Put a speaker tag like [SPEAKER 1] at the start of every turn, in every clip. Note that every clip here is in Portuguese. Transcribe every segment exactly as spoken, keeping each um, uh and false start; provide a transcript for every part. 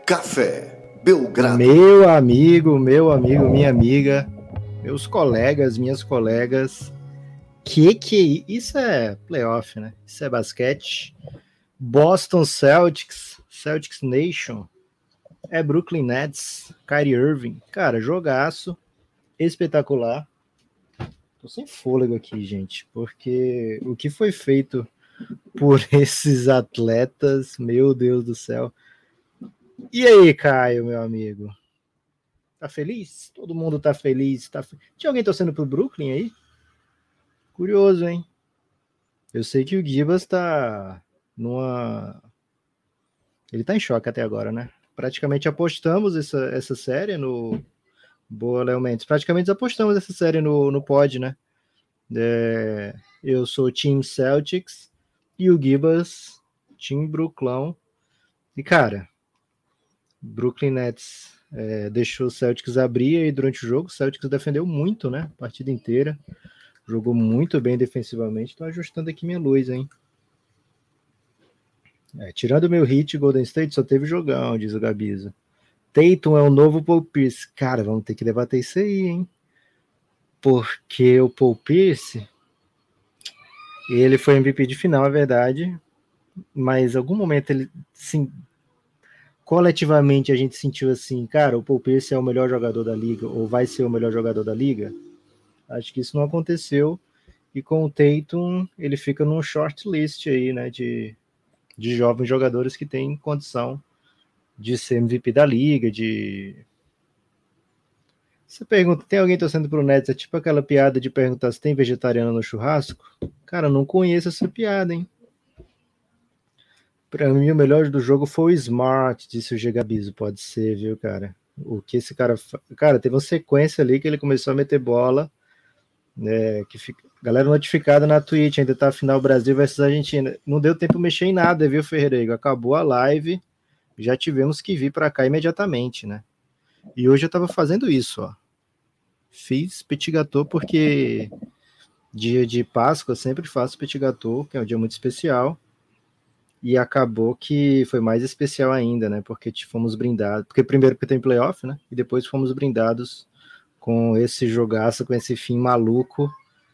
[SPEAKER 1] Café Belgrado.
[SPEAKER 2] Meu amigo, meu amigo, minha amiga, meus colegas, minhas colegas, que que isso é playoff, né? Isso é basquete. Boston Celtics, Celtics Nation, é Brooklyn Nets, Kyrie Irving, cara, jogaço, espetacular. Tô sem fôlego aqui, gente, porque o que foi feito por esses atletas, meu Deus do céu. E aí, Caio, meu amigo? Tá feliz? Todo mundo tá feliz. Tá... Tinha alguém torcendo pro Brooklyn aí? Curioso, hein? Eu sei que o Gibas tá numa... Ele tá em choque até agora, né? Praticamente apostamos essa, essa série no... Boa, Léo Mendes. Praticamente apostamos essa série no, no pod, né? É... Eu sou Team Celtics e o Gibas, Team Brooklyn. E, cara, Brooklyn Nets é, deixou o Celtics abrir aí durante o jogo. O Celtics defendeu muito, né? A partida inteira. Jogou muito bem defensivamente. Estou ajustando aqui minha luz, hein? É, tirando o meu hit, Golden State só teve jogão, diz o Gabiza. Tatum é o novo Paul Pierce. Cara, vamos ter que debater isso aí, hein? Porque o Paul Pierce, ele foi M V P de final, é verdade. Mas em algum momento ele, sim, coletivamente a gente sentiu assim, cara, o Paul Pierce é o melhor jogador da liga, ou vai ser o melhor jogador da liga. Acho que isso não aconteceu. E com o Tatum, ele fica num short list aí, né, de, de jovens jogadores que têm condição de ser M V P da liga, de... Você pergunta, tem alguém torcendo pro Nets? É tipo aquela piada de perguntar se tem vegetariano no churrasco? Cara, não conheço essa piada, hein? Pra mim, o melhor do jogo foi o Smart, disse o G Gabizo. Pode ser, viu, cara? O que esse cara... Cara, teve uma sequência ali que ele começou a meter bola, né, que fica... Galera notificada na Twitch, ainda tá a final Brasil versus Argentina. Não deu tempo de mexer em nada, viu, Ferreireiro? Acabou a live, já tivemos que vir para cá imediatamente, né? E hoje eu tava fazendo isso, ó. Fiz petit gâteau porque dia de Páscoa eu sempre faço petit gâteau, que é um dia muito especial. E acabou que foi mais especial ainda, né? Porque fomos brindados. Porque primeiro porque tem playoff, né? E depois fomos brindados com esse jogaço, com esse fim maluco.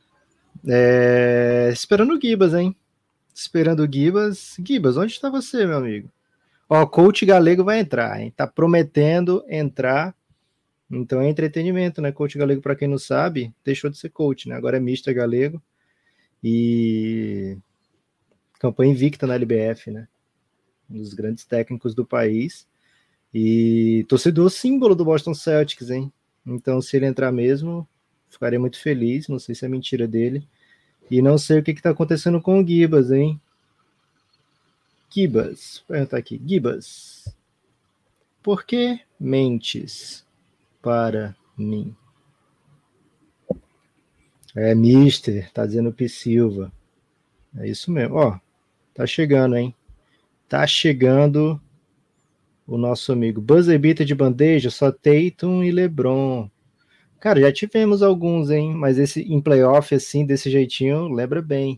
[SPEAKER 2] É... Esperando o Gibas, hein? Esperando o Gibas. Gibas, onde está você, meu amigo? Ó, coach galego vai entrar, hein? Tá prometendo entrar. Então é entretenimento, né? Coach galego, para quem não sabe, deixou de ser coach, né? Agora é mister galego. E campanha invicta na L B F, né? Um dos grandes técnicos do país. E torcedor símbolo do Boston Celtics, hein? Então, se ele entrar mesmo, ficarei muito feliz. Não sei se é mentira dele. E não sei o que está acontecendo com o Gibas, hein? Gibas, vou perguntar aqui. Gibas, por que mentes para mim? É, mister, tá dizendo P. Silva. É isso mesmo. Ó, tá chegando, hein? Tá chegando o nosso amigo. Buzzer beater de bandeja, só Tatum e LeBron. Cara, já tivemos alguns, hein? Mas esse em playoff, assim, desse jeitinho, lembra bem.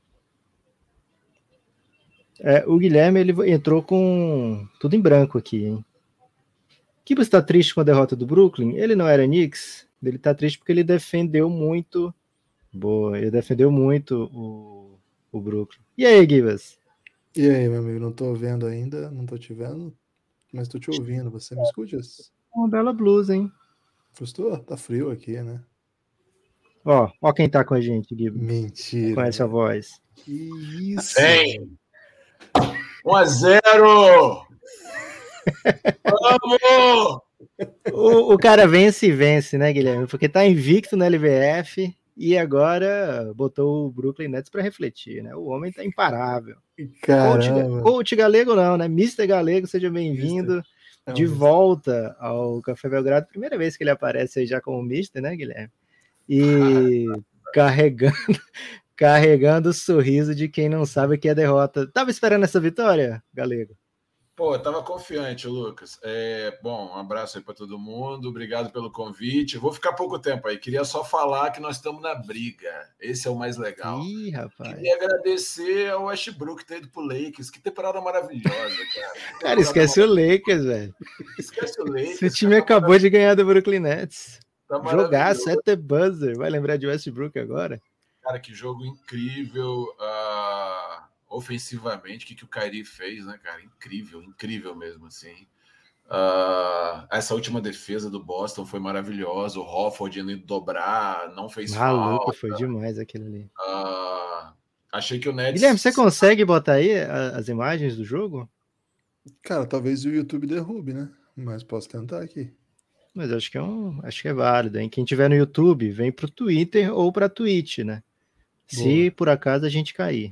[SPEAKER 2] É, o Guilherme, ele entrou com tudo em branco aqui, hein? Kibas está triste com a derrota do Brooklyn? Ele não era Knicks? Ele tá triste porque ele defendeu muito. Boa, ele defendeu muito o, o Brooklyn. E aí, Gibas?
[SPEAKER 3] E aí, meu amigo? Não tô vendo ainda, não tô te vendo, mas tô te ouvindo. Você me escutas?
[SPEAKER 2] Uma bela blusa, hein?
[SPEAKER 3] Gostou? Tá frio aqui, né?
[SPEAKER 2] Ó, ó quem tá com a gente, Gibas.
[SPEAKER 3] Mentira.
[SPEAKER 2] Conhece a voz.
[SPEAKER 3] Que isso?
[SPEAKER 4] Vem! um a zero! Vamos!
[SPEAKER 2] O, o cara vence e vence, né, Guilherme? Porque tá invicto na L B F e agora botou o Brooklyn Nets para refletir, né? O homem tá imparável.
[SPEAKER 3] Caramba.
[SPEAKER 2] Coach, coach Galego não, né? mister Galego, seja bem-vindo de volta ao Café Belgrado. Primeira vez que ele aparece aí já como mister, né, Guilherme? E carregando, carregando o sorriso de quem não sabe que é derrota. Tava esperando essa vitória, Galego?
[SPEAKER 4] Pô, eu tava confiante, Lucas. É, bom, um abraço aí para todo mundo. Obrigado pelo convite. Vou ficar pouco tempo aí. Queria só falar que nós estamos na briga. Esse é o mais legal.
[SPEAKER 2] Ih, rapaz.
[SPEAKER 4] Queria agradecer ao Westbrook ter ido pro Lakers. Que temporada maravilhosa, cara.
[SPEAKER 2] Cara, esquece o Lakers, velho.
[SPEAKER 4] Esquece o Lakers.
[SPEAKER 2] Esse time
[SPEAKER 4] cara, tá
[SPEAKER 2] acabou de ganhar do Brooklyn Nets.
[SPEAKER 4] Tá
[SPEAKER 2] Jogar
[SPEAKER 4] maravilhoso.
[SPEAKER 2] at the buzzer. Vai lembrar de Westbrook agora?
[SPEAKER 4] Cara, que jogo incrível. Uh, ofensivamente, o que, que o Kyrie fez, né, cara? Incrível, incrível mesmo, assim. Uh, essa última defesa do Boston foi maravilhosa. O Hofford indo dobrar, não fez
[SPEAKER 2] Maluco,
[SPEAKER 4] falta.
[SPEAKER 2] foi demais aquilo ali.
[SPEAKER 4] Uh, achei que o Nets...
[SPEAKER 2] Guilherme, você consegue botar aí as imagens do jogo?
[SPEAKER 3] Cara, talvez o YouTube derrube, né? Mas posso tentar aqui.
[SPEAKER 2] Mas acho que é um, acho que é válido, hein? Quem tiver no YouTube, vem pro Twitter ou pra Twitch, né? Se
[SPEAKER 3] Boa.
[SPEAKER 2] por acaso a gente cair.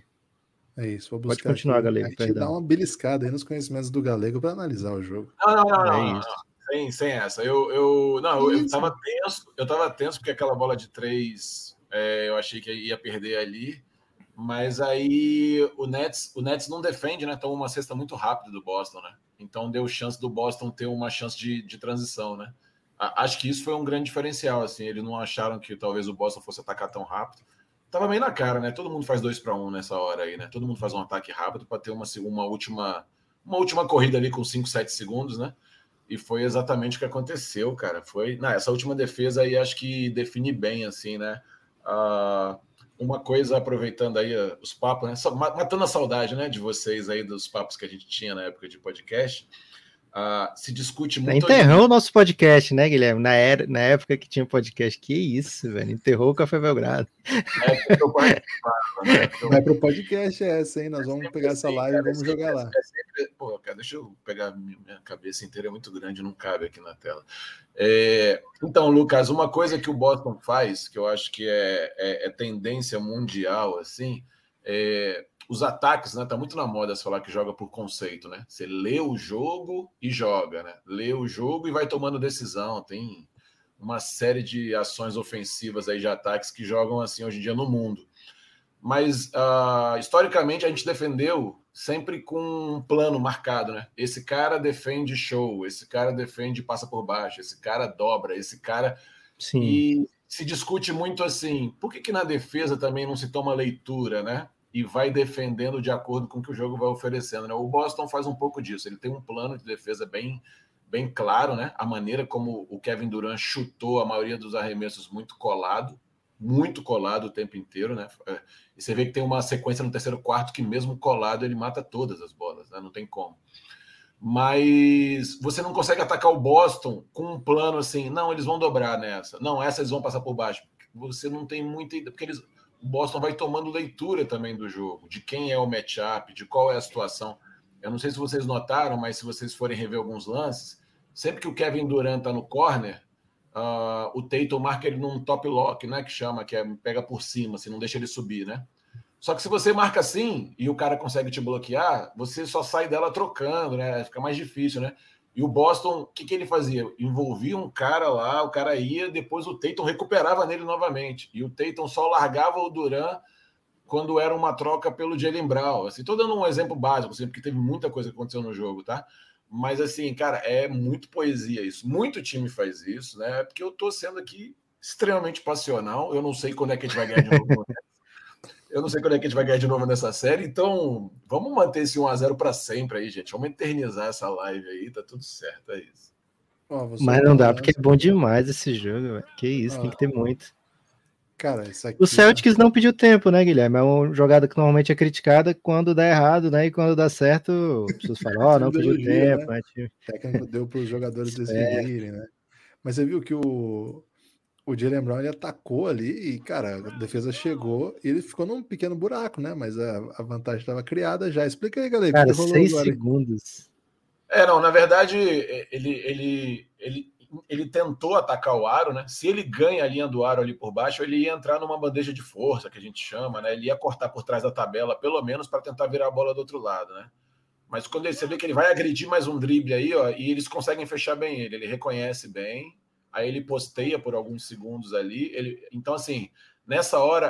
[SPEAKER 3] É isso, vou
[SPEAKER 2] Pode
[SPEAKER 3] buscar
[SPEAKER 2] continuar,
[SPEAKER 3] aqui.
[SPEAKER 2] Galego,
[SPEAKER 3] A gente
[SPEAKER 2] perdão.
[SPEAKER 3] dá uma beliscada aí nos conhecimentos do Galego para analisar o jogo.
[SPEAKER 4] Não, não, não,
[SPEAKER 2] É
[SPEAKER 4] não, não,
[SPEAKER 2] isso.
[SPEAKER 4] não. Sem, sem essa. Eu, eu, não, eu, eu
[SPEAKER 3] Isso.
[SPEAKER 4] tava tenso, eu tava tenso porque aquela bola de três é, eu achei que ia perder ali. Mas aí o Nets, o Nets não defende, né? Tomou uma cesta muito rápida do Boston, né? Então deu chance do Boston ter uma chance de, de transição, né? A, acho que isso foi um grande diferencial, assim. Eles não acharam que talvez o Boston fosse atacar tão rápido. Tava meio na cara, né? Todo mundo faz dois para um nessa hora aí, né? Todo mundo faz um ataque rápido para ter uma, uma, última, uma última corrida ali com cinco, sete segundos, né? E foi exatamente o que aconteceu, cara. Foi, não, essa última defesa aí acho que define bem, assim, né? Uh, uma coisa, aproveitando aí os papos, né? Matando a saudade, né, de vocês aí, dos papos que a gente tinha na época de podcast. Uh, se discute muito...
[SPEAKER 2] Enterrou o nosso podcast, né, Guilherme? Na, era, na época que tinha podcast. Que isso, velho. Enterrou o Café Belgrado.
[SPEAKER 4] É, porque eu participava, né? Eu...
[SPEAKER 3] Vai pro podcast essa, hein? Nós vamos
[SPEAKER 4] é
[SPEAKER 3] pegar essa
[SPEAKER 4] assim,
[SPEAKER 3] live
[SPEAKER 4] cara,
[SPEAKER 3] e vamos
[SPEAKER 4] é
[SPEAKER 3] jogar
[SPEAKER 4] sempre,
[SPEAKER 3] lá.
[SPEAKER 4] É sempre... Pô, cara, deixa eu pegar minha cabeça inteira, é muito grande, não cabe aqui na tela. É... Então, Lucas, uma coisa que o Boston faz, que eu acho que é, é, é tendência mundial, assim, é... os ataques, né? Tá muito na moda se falar que joga por conceito, né? Você lê o jogo e joga, né? Lê o jogo e vai tomando decisão. Tem uma série de ações ofensivas aí de ataques que jogam assim hoje em dia no mundo. Mas, uh, historicamente, a gente defendeu sempre com um plano marcado, né? Esse cara defende show, esse cara defende passa por baixo, esse cara dobra, esse cara...
[SPEAKER 2] Sim.
[SPEAKER 4] E se discute muito assim, por que que na defesa também não se toma leitura, né? E vai defendendo de acordo com o que o jogo vai oferecendo, né? O Boston faz um pouco disso, ele tem um plano de defesa bem, bem claro, né? A maneira como o Kevin Durant chutou a maioria dos arremessos muito colado, muito colado o tempo inteiro, né? E você vê que tem uma sequência no terceiro quarto que mesmo colado ele mata todas as bolas, né? Não tem como. Mas você não consegue atacar o Boston com um plano assim, não, eles vão dobrar nessa, não, essa eles vão passar por baixo. Você não tem muita ideia, porque eles... o Boston vai tomando leitura também do jogo, de quem é o matchup, de qual é a situação. Eu não sei se vocês notaram, mas se vocês forem rever alguns lances, sempre que o Kevin Durant tá no corner, uh, o Tatum marca ele num top lock, né, que chama, que é pega por cima, assim, não deixa ele subir, né? Só que se você marca assim e o cara consegue te bloquear, você só sai dela trocando, né? Fica mais difícil, né? E o Boston, o que, que ele fazia? Envolvia um cara lá, o cara ia, depois o Tatum recuperava nele novamente. E o Tatum só largava o Durant quando era uma troca pelo Jaylen Brown. Assim, tô dando um exemplo básico, assim, porque teve muita coisa que aconteceu no jogo, tá? Mas, assim, cara, é muito poesia isso. Muito time faz isso, né? Porque eu tô sendo aqui extremamente passional. Eu não sei quando é que a gente vai ganhar de novo. Eu não sei quando é que a gente vai ganhar de novo nessa série, então vamos manter esse um a zero para sempre aí, gente. Vamos eternizar essa live aí, tá tudo certo, é isso.
[SPEAKER 3] Ó,
[SPEAKER 2] Mas não dá, porque é bom demais esse jogo, velho. Que isso,
[SPEAKER 3] Ah.
[SPEAKER 2] tem que ter muito.
[SPEAKER 3] Cara, isso aqui...
[SPEAKER 2] O Celtics não pediu tempo, né, Guilherme? É uma jogada que normalmente é criticada quando dá errado, né? E quando dá certo, as pessoas falam, ó, oh, não pediu
[SPEAKER 3] elogia,
[SPEAKER 2] tempo,
[SPEAKER 3] né?
[SPEAKER 2] né? Time...
[SPEAKER 3] O técnico deu para os jogadores decidirem, né? Mas você viu que o... O Jaylen Brown ele atacou ali e, cara, a defesa chegou e ele ficou num pequeno buraco, né? Mas a, a vantagem estava criada já. Explica aí, galera.
[SPEAKER 2] Cara,
[SPEAKER 3] que rolou
[SPEAKER 2] seis
[SPEAKER 3] agora,
[SPEAKER 2] segundos.
[SPEAKER 4] É, não, na verdade, ele, ele, ele, ele tentou atacar o aro, né? Se ele ganha a linha do aro ali por baixo, ele ia entrar numa bandeja de força, que a gente chama, né? Ele ia cortar por trás da tabela, pelo menos, para tentar virar a bola do outro lado, né? Mas quando ele, você vê que ele vai agredir mais um drible aí, ó, e eles conseguem fechar bem ele, ele reconhece bem. Aí ele posteia por alguns segundos ali. Ele... Então, assim, nessa hora,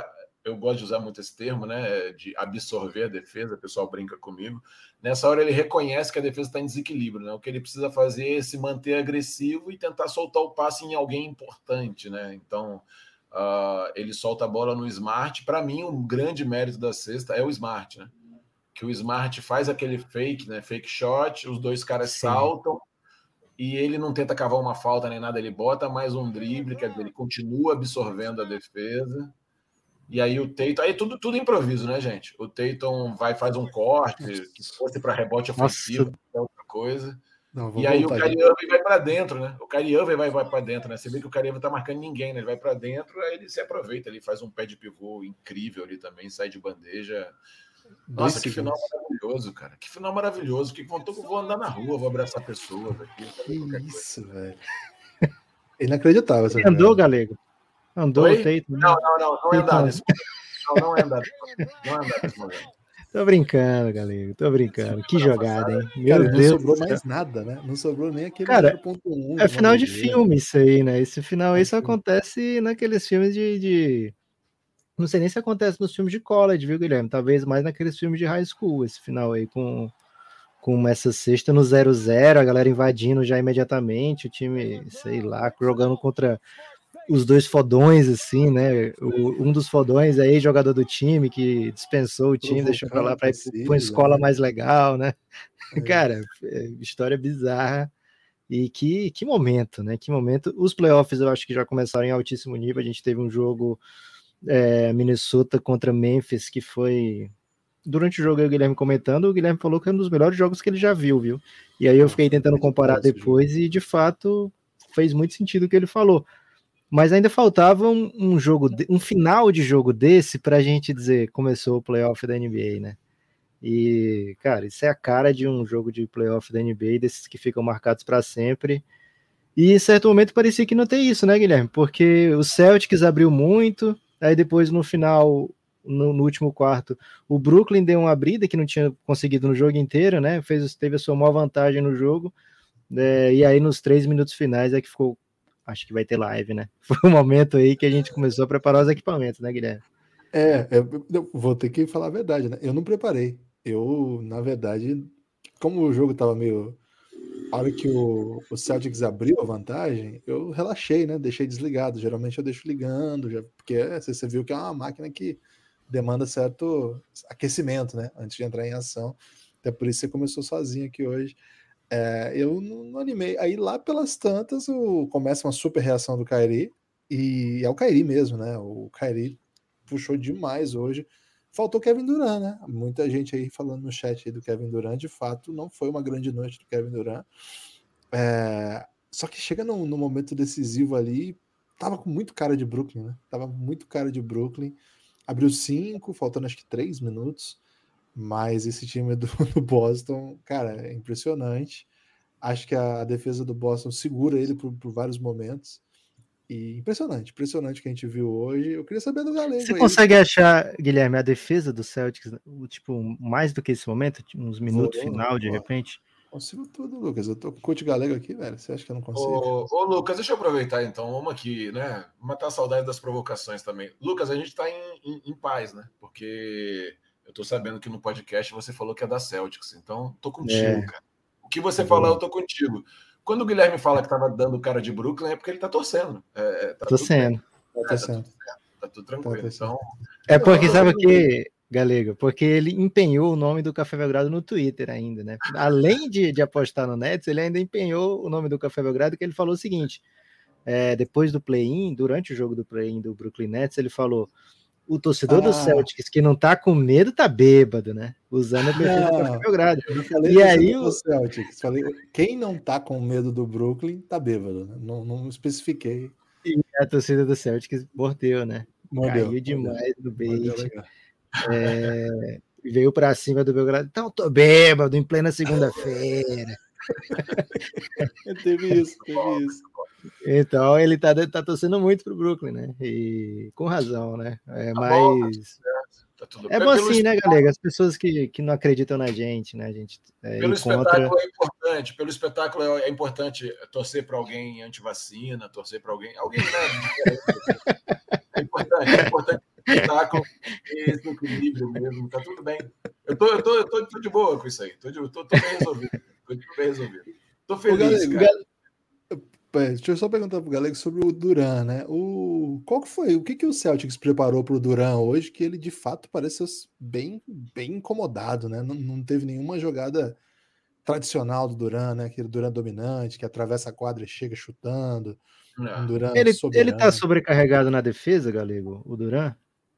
[SPEAKER 4] eu gosto de usar muito esse termo, né, de absorver a defesa, o pessoal brinca comigo. Nessa hora ele reconhece que a defesa está em desequilíbrio, né? O que ele precisa fazer é se manter agressivo e tentar soltar o passe em alguém importante, né? Então, uh, ele solta a bola no Smart. Para mim, o grande mérito da cesta é o Smart, né? Que o Smart faz aquele fake, né? Fake shot, os dois caras Sim. saltam e ele não tenta cavar uma falta nem nada, ele bota mais um drible, quer dizer, ele continua absorvendo a defesa. E aí o Tatum, aí tudo, tudo improviso, né, gente? O Tatum vai faz um corte, que fosse para rebote ofensivo, é outra coisa. Não, e aí o Kyrie Irving vai para dentro, né? O Kyrie Irving vai, vai para dentro, né? Você vê que o Kyrie Irving tá marcando ninguém, né? Ele vai para dentro, aí ele se aproveita, ele faz um pé de pivô incrível ali também, sai de bandeja. Nossa, Dois que final maravilhoso, cara. Que final maravilhoso. Que vou, vou andar na rua, vou abraçar pessoas aqui.
[SPEAKER 3] Que isso, velho. Inacreditável essa
[SPEAKER 2] Ele andou, Galego? Andou
[SPEAKER 4] Oi?
[SPEAKER 2] o Tatum?
[SPEAKER 4] Não, não, não. Não é andar nesse momento. Não, não é andar nesse momento. Não é andar nesse momento.
[SPEAKER 2] Tô brincando, galera. Tô brincando. Que jogada, hein? Meu
[SPEAKER 3] cara,
[SPEAKER 2] Deus.
[SPEAKER 3] Não sobrou mais nada, né? Não sobrou nem aquele
[SPEAKER 2] cara,
[SPEAKER 3] zero ponto um.
[SPEAKER 2] É final de filme isso aí, né? Esse final aí só acontece naqueles filmes de, de... Não sei nem se acontece nos filmes de college, viu, Guilherme? Talvez mais naqueles filmes de high school, esse final aí, com, com essa sexta no zero zero, a galera invadindo já imediatamente, o time, sei lá, jogando contra os dois fodões, assim, né? O, um dos fodões aí, jogador do time, que dispensou o time, deixou pra lá pra ir pra uma escola mais legal, né? É. Cara, história bizarra. E que, que momento, né? Que momento. Os playoffs eu acho que já começaram em altíssimo nível. A gente teve um jogo é, Minnesota contra Memphis, que foi... Durante o jogo, eu, o Guilherme comentando, o Guilherme falou que é um dos melhores jogos que ele já viu, viu? E aí eu fiquei tentando comparar depois e, de fato, fez muito sentido o que ele falou. Mas ainda faltava um, um jogo, de, um final de jogo desse pra gente dizer começou o playoff da N B A, né? E, cara, isso é a cara de um jogo de playoff da N B A, desses que ficam marcados para sempre. E em certo momento parecia que não tem isso, né, Guilherme? Porque o Celtics abriu muito, aí depois no final, no, no último quarto, o Brooklyn deu uma abrida que não tinha conseguido no jogo inteiro, né? Fez, teve a sua maior vantagem no jogo, é, e aí nos três minutos finais é que ficou. Acho que vai ter live, né? Foi o momento aí que a gente começou a preparar os equipamentos, né, Guilherme?
[SPEAKER 3] É, eu, eu vou ter que falar a verdade, né? Eu não preparei. Eu, na verdade, como o jogo tava meio... A hora que o, o Celtics abriu a vantagem, eu relaxei, né? Deixei desligado. Geralmente eu deixo ligando, já, porque você viu que é uma máquina que demanda certo aquecimento, né? Antes de entrar em ação. Até por isso você começou sozinho aqui hoje. É, eu não, não animei. Aí lá pelas tantas o, começa uma super reação do Kyrie, e é o Kyrie mesmo, né? O Kyrie puxou demais hoje. Faltou Kevin Durant, né? Muita gente aí falando no chat aí do Kevin Durant. De fato, não foi uma grande noite do Kevin Durant. É, só que chega no, no momento decisivo ali, tava com muito cara de Brooklyn, né? Tava muito cara de Brooklyn. Abriu cinco, faltando acho que três minutos. Mas esse time do, do Boston, cara, é impressionante. Acho que a, a defesa do Boston segura ele por, por vários momentos. E impressionante, impressionante o que a gente viu hoje. Eu queria saber do Galego.
[SPEAKER 2] Você
[SPEAKER 3] aí.
[SPEAKER 2] consegue achar, Guilherme, a defesa do Celtics, tipo, mais do que esse momento? Uns minutos vou, final, de vou. repente?
[SPEAKER 3] Consigo tudo, Lucas. Eu tô com o coach Galego aqui, velho. Você acha que eu não consigo?
[SPEAKER 4] Ô, ô, Lucas, deixa eu aproveitar então. Vamos aqui, né? Matar a saudade das provocações também. Lucas, a gente tá em, em, em paz, né? Porque eu tô sabendo que no podcast você falou que é da Celtics. Então, tô contigo, é. cara. O que você é falar, eu tô contigo. Quando o Guilherme fala que tava dando cara de Brooklyn, é porque ele tá torcendo. É, tá
[SPEAKER 2] torcendo.
[SPEAKER 4] Tudo tá, torcendo. Tá, tudo tá tudo tranquilo. Tá então,
[SPEAKER 2] é porque, sabe o que, Galego? Porque ele empenhou o nome do Café Belgrado no Twitter ainda, né? Além de, de apostar no Nets, ele ainda empenhou o nome do Café Belgrado, que ele falou o seguinte, é, depois do play-in, durante o jogo do play-in do Brooklyn Nets, ele falou, o torcedor ah. do Celtics que não tá com medo tá bêbado, né? Usando a defesa do Café Belgrado.
[SPEAKER 3] Eu falei e aí o Celtics, falei, quem não tá com medo do Brooklyn tá bêbado, né? Não, não especifiquei.
[SPEAKER 2] E a torcida do Celtics mordeu, né?
[SPEAKER 3] Mordeu,
[SPEAKER 2] Caiu demais
[SPEAKER 3] mordeu.
[SPEAKER 2] no bait. É, veio pra cima do Belgrado. Então tô bêbado em plena segunda-feira.
[SPEAKER 3] teve isso, teve isso.
[SPEAKER 2] Então ele tá, tá torcendo muito pro Brooklyn, né? E com razão, né? É, tá mas bom, tá tudo é bom assim, né, galera? As pessoas que, que não acreditam na gente, né? A gente é,
[SPEAKER 4] pelo
[SPEAKER 2] encontra...
[SPEAKER 4] espetáculo é importante, pelo espetáculo é importante torcer para alguém anti-vacina, torcer para alguém, alguém né, é importante, é importante o espetáculo. equilíbrio mesmo, tá tudo bem. Eu tô, eu tô, eu tô, tô de boa com isso aí. Tô, de, tô, tô bem resolvido. Tô bem resolvido. Tô feliz,
[SPEAKER 3] Galego,
[SPEAKER 4] cara.
[SPEAKER 3] Gal... Deixa eu só perguntar pro Galego sobre o Duran, né? O... Qual que foi? O que, que o Celtics preparou pro Duran hoje que ele, de fato, parece bem, bem incomodado, né? Não, não teve nenhuma jogada tradicional do Duran, né? Aquele Duran dominante, que atravessa a quadra e chega chutando. Um Duran
[SPEAKER 2] ele,
[SPEAKER 3] soberano.
[SPEAKER 2] ele tá sobrecarregado na defesa, Galego, o Duran?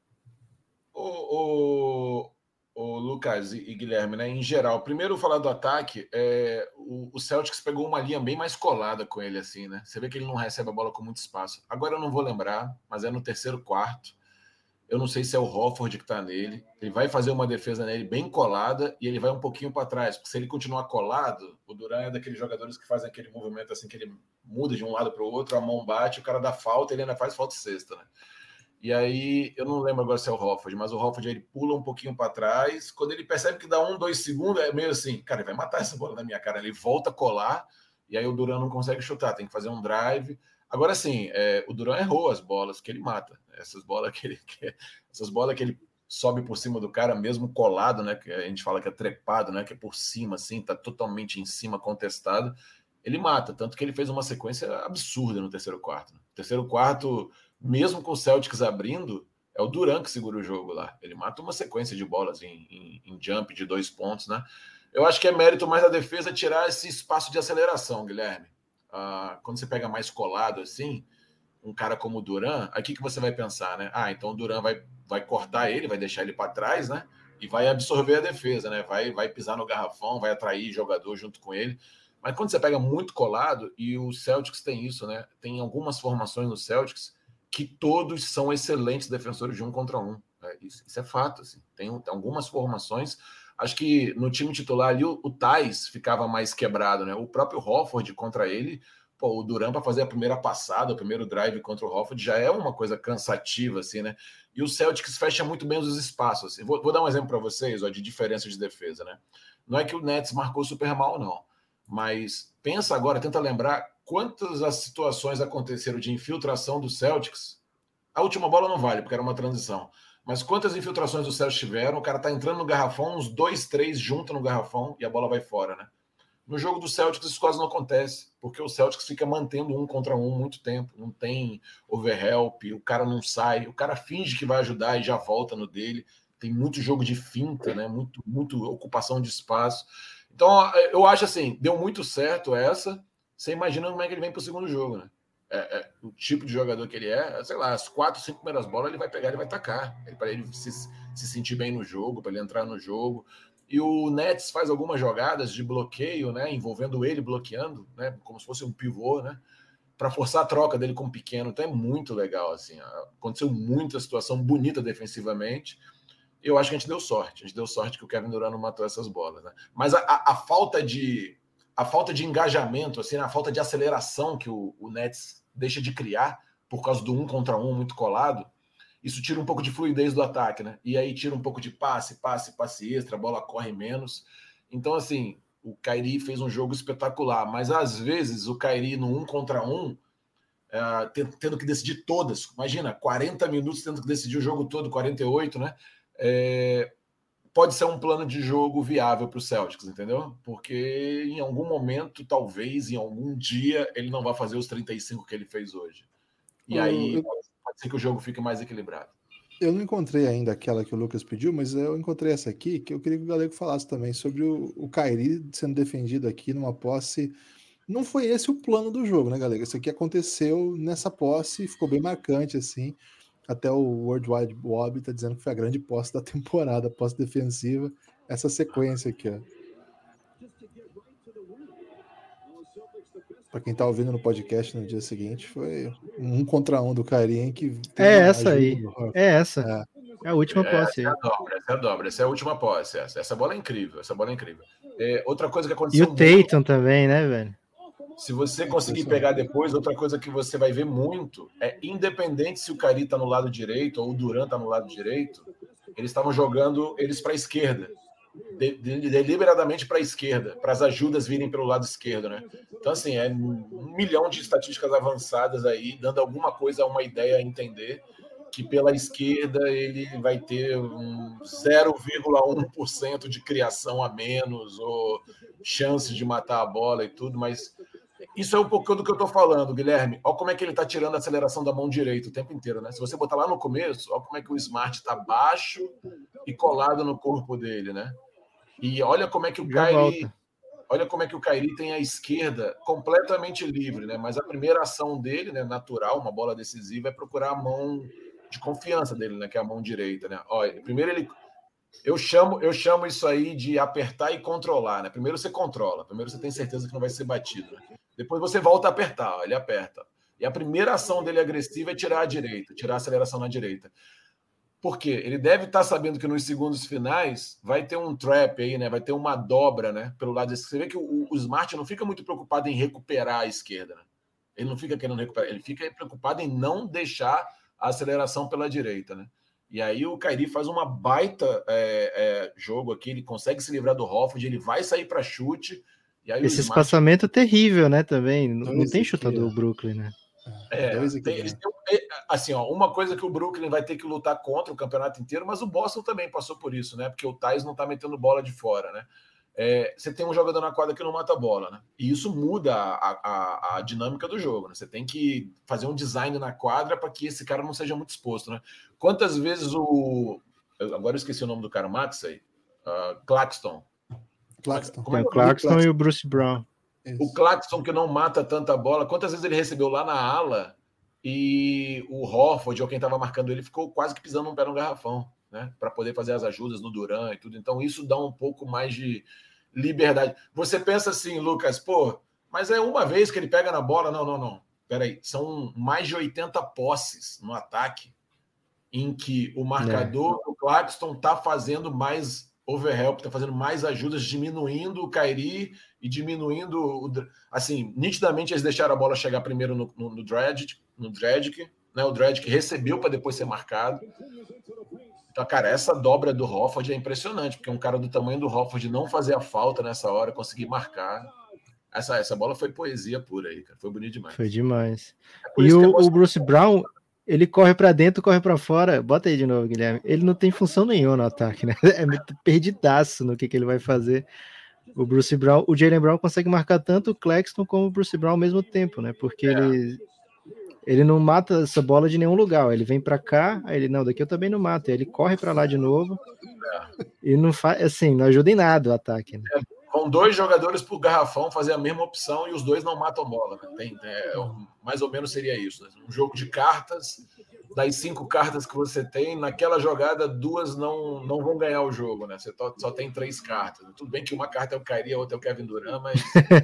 [SPEAKER 4] O, o, o Lucas e, e Guilherme, né? Em geral, primeiro falar do ataque, é, o, o Celtics pegou uma linha bem mais colada com ele, assim, né? Você vê que ele não recebe a bola com muito espaço. Agora eu não vou lembrar, mas é no terceiro quarto. Eu não sei se é o Horford que tá nele. Ele vai fazer uma defesa nele bem colada e ele vai um pouquinho para trás, porque se ele continuar colado, o Duran é daqueles jogadores que fazem aquele movimento assim, que ele muda de um lado para o outro, a mão bate, o cara dá falta, ele ainda faz falta sexta, né? E aí, eu não lembro agora se é o Horford, mas o Horford ele pula um pouquinho para trás. Quando ele percebe que dá um, dois segundos, é meio assim, cara, ele vai matar essa bola na minha cara. Ele volta a colar, e aí o Duran não consegue chutar, tem que fazer um drive. Agora sim, é, o Duran errou as bolas que ele mata. Essas bolas que ele, que, essas bolas que ele sobe por cima do cara, mesmo colado, né? Que a gente fala que é trepado, né? Que é por cima, assim, tá totalmente em cima, contestado. Ele mata, tanto que ele fez uma sequência absurda no terceiro quarto. No terceiro quarto, mesmo com o Celtics abrindo, é o Duran que segura o jogo lá. Ele mata uma sequência de bolas em, em, em jump de dois pontos, né? Eu acho que é mérito mais da defesa tirar esse espaço de aceleração, Guilherme. Ah, quando você pega mais colado assim, um cara como o Duran, aqui que você vai pensar, né? Ah, então o Duran vai, vai cortar ele, vai deixar ele para trás, né? E vai absorver a defesa, né? Vai, vai pisar no garrafão, vai atrair jogador junto com ele. Mas quando você pega muito colado, e o Celtics tem isso, né? Tem algumas formações no Celtics que todos são excelentes defensores de um contra um. É, isso, isso é fato, assim. Tem, tem algumas formações. Acho que no time titular ali o, o Thais ficava mais quebrado, né? O próprio Horford contra ele, pô, o Duran para fazer a primeira passada, o primeiro drive contra o Horford já é uma coisa cansativa, assim, né? E o Celtics fecha muito bem os espaços. Assim. Vou, vou dar um exemplo para vocês, ó, de diferença de defesa, né? Não é que o Nets marcou super mal, não. Mas pensa agora, tenta lembrar quantas as situações aconteceram de infiltração do Celtics. A última bola não vale, porque era uma transição. Mas quantas infiltrações do Celtics tiveram? O cara tá entrando no garrafão, uns dois, três juntam no garrafão e a bola vai fora, né? No jogo do Celtics isso quase não acontece, porque o Celtics fica mantendo um contra um muito tempo. Não tem overhelp, o cara não sai, o cara finge que vai ajudar e já volta no dele. Tem muito jogo de finta, né? Muito, muito ocupação de espaço. Então, eu acho assim, deu muito certo essa. Você imagina como é que ele vem para o segundo jogo, né? É, é, o tipo de jogador que ele é, sei lá, as quatro, cinco primeiras bolas ele vai pegar, ele vai tacar. Para ele se, se sentir bem no jogo, para ele entrar no jogo. E o Nets faz algumas jogadas de bloqueio, né? Envolvendo ele bloqueando, né? Como se fosse um pivô, né? Para forçar a troca dele com o pequeno. Então é muito legal, assim. Aconteceu muita situação bonita defensivamente. Eu acho que a gente deu sorte. A gente deu sorte que o Kevin Durant não matou essas bolas, né? Mas a, a, a falta de a falta de engajamento, assim, a falta de aceleração que o, o Nets deixa de criar por causa do um contra um muito colado, isso tira um pouco de fluidez do ataque, né? E aí tira um pouco de passe, passe, passe extra, a bola corre menos. Então, assim, o Kyrie fez um jogo espetacular, mas às vezes o Kyrie no um contra um, uh, tendo que decidir todas. Imagina, quarenta minutos tendo que decidir o jogo todo, quarenta e oito, né? É, pode ser um plano de jogo viável para o Celtics, entendeu? Porque em algum momento, talvez, em algum dia, ele não vai fazer os trinta e cinco que ele fez hoje. E eu, aí eu, pode ser que o jogo fique mais equilibrado.
[SPEAKER 3] Eu não encontrei ainda aquela que o Lucas pediu, mas eu encontrei essa aqui, que eu queria que o Galego falasse também sobre o, o Kyrie sendo defendido aqui numa posse. Não foi esse o plano do jogo, né, Galego? Isso aqui aconteceu nessa posse, ficou bem marcante, assim. Até o World Wide Web está dizendo que foi a grande posse da temporada, posse defensiva, essa sequência aqui, ó. Para quem está ouvindo no podcast no dia seguinte, foi um contra um do Kyrie que
[SPEAKER 2] é essa aí, é essa, é. é a última
[SPEAKER 4] é,
[SPEAKER 2] posse.
[SPEAKER 4] Essa é a dobra, essa é a dobra, essa é a última posse, essa, essa bola é incrível, essa bola é incrível. É, outra coisa que aconteceu...
[SPEAKER 2] E o Tatum muito, também, né, velho?
[SPEAKER 4] Se você conseguir pegar depois, outra coisa que você vai ver muito é, independente se o Kyrie tá no lado direito ou o Durant tá no lado direito, eles estavam jogando eles para a esquerda, de, de, deliberadamente para a esquerda, para as ajudas virem pelo lado esquerdo, né? Então, assim, é um milhão de estatísticas avançadas aí, dando alguma coisa, uma ideia a entender. que pela esquerda ele vai ter um zero vírgula um por cento de criação a menos, ou chance de matar a bola e tudo, mas isso é um pouco do que eu estou falando, Guilherme. Olha como é que ele está tirando a aceleração da mão direita o tempo inteiro, né? Se você botar lá no começo, olha como é que o Smart está baixo e colado no corpo dele, né? E olha como é que o Kyrie, olha como é que o Kyrie tem a esquerda completamente livre, né? Mas a primeira ação dele, né, natural, uma bola decisiva, é procurar a mão de confiança dele, né, que é a mão direita, né? Olha, primeiro ele eu chamo, eu chamo isso aí de apertar e controlar, né? Primeiro você controla, primeiro você tem certeza que não vai ser batido, né? Depois você volta a apertar, ó, ele aperta. E a primeira ação dele agressiva é tirar a direita, tirar a aceleração na direita. Por quê? Ele deve estar sabendo que nos segundos finais vai ter um trap aí, né? Vai ter uma dobra, né? Pelo lado desse. Você vê que o, o Smart não fica muito preocupado em recuperar a esquerda, né? Ele não fica querendo recuperar, ele fica preocupado em não deixar a aceleração pela direita, né? E aí o Kyrie faz uma baita é, é, jogo aqui, ele consegue se livrar do Hofford, ele vai sair para chute. E aí
[SPEAKER 2] Esse
[SPEAKER 4] o Smart...
[SPEAKER 2] espaçamento terrível, né? Também não, não tem chutador o Brooklyn, né?
[SPEAKER 4] É, tem, eles têm, assim, ó, uma coisa que o Brooklyn vai ter que lutar contra o campeonato inteiro, mas o Boston também passou por isso, né? Porque o Thais não tá metendo bola de fora, né? É, você tem um jogador na quadra que não mata a bola, né? E isso muda a, a, a dinâmica do jogo, né? Você tem que fazer um design na quadra para que esse cara não seja muito exposto, né? Quantas vezes o... Agora eu esqueci o nome do cara, Maxey, uh, Claxton.
[SPEAKER 2] Claxton. Como é, é o Claxton, Claxton e o Bruce Brown.
[SPEAKER 4] Isso. O Claxton que não mata tanta bola, quantas vezes ele recebeu lá na ala e o Horford, ou quem estava marcando ele, ficou quase que pisando um pé no garrafão, né? Para poder fazer as ajudas no Durant e tudo. Então isso dá um pouco mais de liberdade. Você pensa assim, Lucas, pô, mas é uma vez que ele pega na bola? Não, não, não. Peraí, são mais de oitenta posses no ataque em que o marcador é. do Claxton está fazendo mais overhelp, está fazendo mais ajudas, diminuindo o Kyrie e diminuindo o... Assim, nitidamente eles deixaram a bola chegar primeiro no, no, no Dragic, no Dragic, né? O Dragic recebeu para depois ser marcado. Então, cara, essa dobra do Horford é impressionante, porque um cara do tamanho do Horford não fazer a falta nessa hora, conseguir marcar. Essa, essa bola foi poesia pura aí, cara. Foi bonito demais.
[SPEAKER 2] Foi demais. É e o, o Bruce Brown... Ele corre para dentro, corre para fora. Bota aí de novo, Guilherme. Ele não tem função nenhuma no ataque, né? É muito perdidaço no que, que ele vai fazer. O Bruce Brown, o Jaylen Brown consegue marcar tanto o Claxton como o Bruce Brown ao mesmo tempo, né? Porque é. ele, ele não mata essa bola de nenhum lugar. Ele vem para cá, aí ele, não, daqui eu também não mato. Aí ele corre para lá de novo. É. E não faz, assim, não ajuda em nada o ataque, né?
[SPEAKER 4] É. Vão dois jogadores por garrafão fazer a mesma opção e os dois não matam bola. Né? Tem, é, mais ou menos seria isso. Né? Um jogo de cartas, das cinco cartas que você tem, naquela jogada, duas não, não vão ganhar o jogo. Né? Você só tem três cartas. Tudo bem que uma carta é o Kyrie, a outra é o Kevin Durant, mas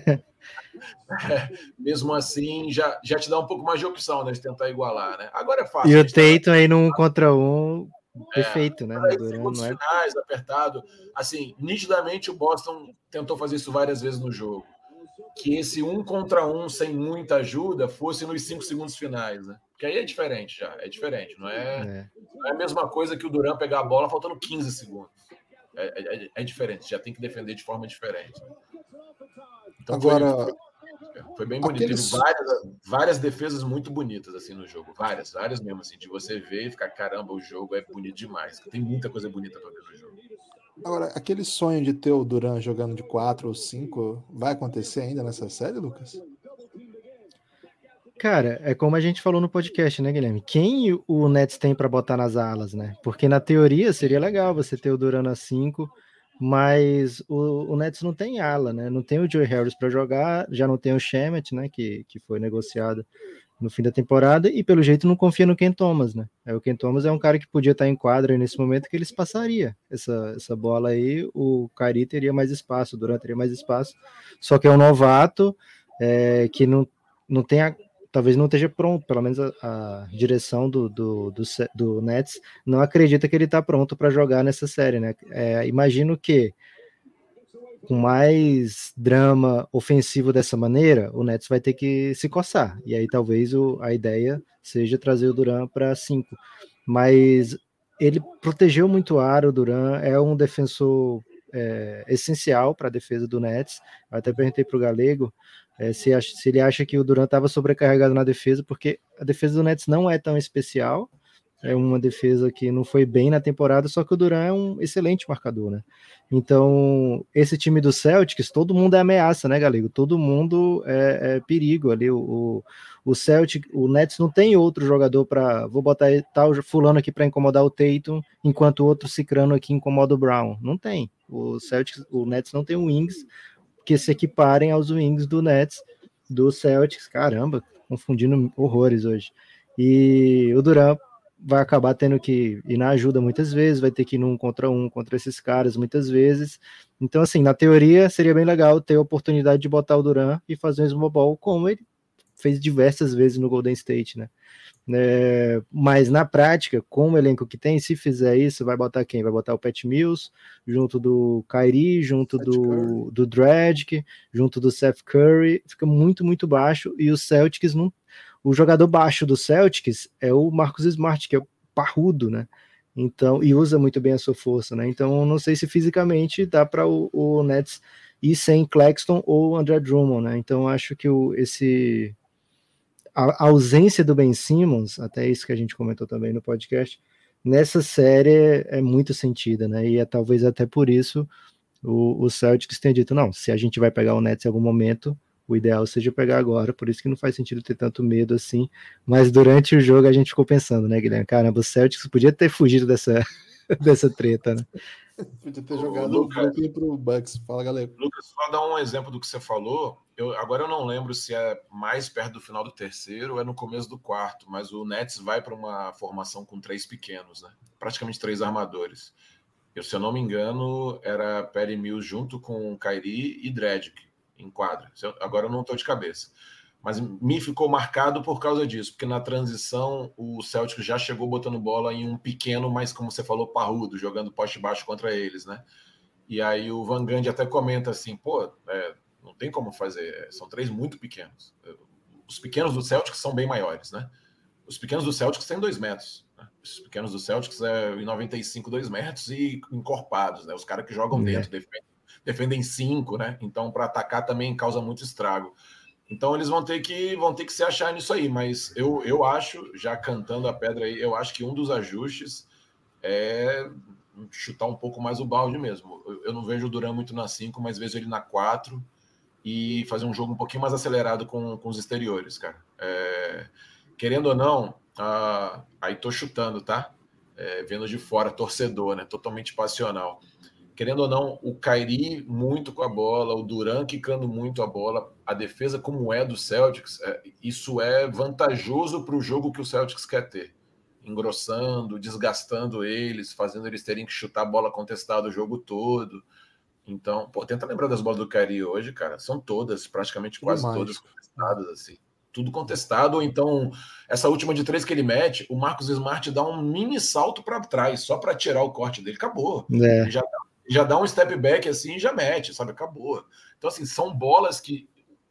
[SPEAKER 4] é, mesmo assim já, já te dá um pouco mais de opção, né, de tentar igualar. Né? Agora é fácil.
[SPEAKER 2] E o Tatum tá... aí num contra um... Perfeito,
[SPEAKER 4] é,
[SPEAKER 2] né?
[SPEAKER 4] Aí, segundos é... finais, apertado. Assim, nitidamente o Boston tentou fazer isso várias vezes no jogo. Que esse um contra um, sem muita ajuda, fosse nos cinco segundos finais, né? Porque aí é diferente já, é diferente. Não é, é. Não é a mesma coisa que o Durant pegar a bola faltando quinze segundos. É, é, é diferente, já tem que defender de forma diferente. Então,
[SPEAKER 3] Agora...
[SPEAKER 4] Foi... Foi bem bonito. Aqueles... Teve várias, várias defesas muito bonitas assim no jogo. Várias, várias mesmo. Assim, de você ver e ficar, caramba, o jogo é bonito demais. Tem muita coisa bonita para ver no jogo.
[SPEAKER 3] Agora, aquele sonho de ter o Durant jogando de quatro ou cinco vai acontecer ainda nessa série, Lucas?
[SPEAKER 2] Cara, é como a gente falou no podcast, né, Guilherme? Quem o Nets tem para botar nas alas, né? Porque na teoria seria legal você ter o Durant a cinco, mas o, o Nets não tem ala, né? Não tem o Joe Harris para jogar, já não tem o Shamet, né? Que, que foi negociado no fim da temporada, e pelo jeito não confia no Ken Thomas, né? É, o Ken Thomas é um cara que podia estar em quadra nesse momento que eles passaria essa, essa bola aí, o Kyrie teria mais espaço, o Durant teria mais espaço, só que é um novato é, que não, não tem a, talvez não esteja pronto, pelo menos a, a direção do, do, do, do Nets não acredita que ele está pronto para jogar nessa série, né? É, imagino que com mais drama ofensivo dessa maneira, o Nets vai ter que se coçar, e aí talvez o, a ideia seja trazer o Durant para cinco, mas ele protegeu muito o aro, o Durant é um defensor é, essencial para a defesa do Nets. Eu até perguntei para o Galego É, se, acha, se ele acha que o Durant estava sobrecarregado na defesa, porque a defesa do Nets não é tão especial, é uma defesa que não foi bem na temporada, só que o Durant é um excelente marcador, né? Então, esse time do Celtics, todo mundo é ameaça, né, Galego? Todo mundo é, é perigo ali. O, o, o Celtic, o Nets não tem outro jogador para, vou botar tal fulano aqui para incomodar o Tatum, enquanto o outro cicrano aqui incomoda o Brown. Não tem. O Celtics, o Nets não tem wings que se equiparem aos wings do Nets, do Celtics. Caramba, confundindo horrores hoje. E o Durant vai acabar tendo que ir na ajuda muitas vezes, vai ter que ir num contra um contra esses caras muitas vezes. Então, assim, na teoria seria bem legal ter a oportunidade de botar o Durant e fazer um small ball, como ele fez diversas vezes no Golden State, né? É, mas na prática, com o elenco que tem, se fizer isso, vai botar quem? Vai botar o Pat Mills, junto do Kyrie, junto
[SPEAKER 3] Seth
[SPEAKER 2] do,
[SPEAKER 3] Curry.
[SPEAKER 2] do Dragic, junto do Seth Curry, fica muito, muito baixo, e o Celtics não. O jogador baixo do Celtics é o Marcus Smart, que é o parrudo, né? Então, e usa muito bem a sua força, né? Então, não sei se fisicamente dá para o, o Nets ir sem Claxton ou André Drummond, né? Então, acho que o, esse a, a ausência do Ben Simmons, até isso que a gente comentou também no podcast, nessa série é muito sentida, né? E é talvez até por isso o, o Celtics tenha dito, não, se a gente vai pegar o Nets em algum momento, o ideal seja pegar agora, por isso que não faz sentido ter tanto medo assim, mas durante o jogo a gente ficou pensando, né, Guilherme? Caramba, o Celtics podia ter fugido dessa, dessa treta, né?
[SPEAKER 3] Podia ter
[SPEAKER 4] Ô,
[SPEAKER 3] jogado o
[SPEAKER 4] Lucas.
[SPEAKER 3] Brooklyn pro Bucks. Fala, galera.
[SPEAKER 4] Lucas, só dar um exemplo do que você falou. Eu, agora eu não lembro se é mais perto do final do terceiro ou é no começo do quarto, mas o Nets vai para uma formação com três pequenos, né? Praticamente três armadores. Eu, se eu não me engano, era Patty Mills junto com Kyrie e Dragic em quadra. Agora eu não estou de cabeça. Mas me ficou marcado por causa disso, porque na transição o Celtic já chegou botando bola em um pequeno, mas como você falou, parrudo, jogando poste baixo contra eles, né? E aí o Van Gundy até comenta assim, pô, é, não tem como fazer, são três muito pequenos. Os pequenos do Celtics são bem maiores, né? Os pequenos do Celtics têm dois metros. Né? Os pequenos do Celtics é em noventa e cinco, dois metros e encorpados, né? Os caras que jogam é. dentro, defendem, defendem cinco, né? Então, para atacar também causa muito estrago. Então, eles vão ter que, vão ter que se achar nisso aí. Mas eu, eu acho, já cantando a pedra aí, eu acho que um dos ajustes é chutar um pouco mais o balde mesmo. Eu, eu não vejo o Durant muito na cinco, mas vejo ele na quatro e fazer um jogo um pouquinho mais acelerado com, com os exteriores, cara. É, querendo ou não, ah, aí tô chutando, tá? É, vendo de fora, torcedor, né? Totalmente passional. Querendo ou não, o Kyrie muito com a bola, o Durant quicando muito a bola, a defesa como é do Celtics, é, isso é vantajoso para o jogo que o Celtics quer ter. Engrossando, desgastando eles, fazendo eles terem que chutar a bola contestada o jogo todo. Então, pô, tenta lembrar das bolas do Kyrie hoje, cara. São todas, praticamente quase Demais. todas contestadas, assim. Tudo contestado, ou então, essa última de três que ele mete, o Marcus Smart dá um mini salto para trás, só para tirar o corte dele, acabou. É. Ele já dá, já dá um step back assim e já mete, sabe? Acabou. Então, assim, são bolas que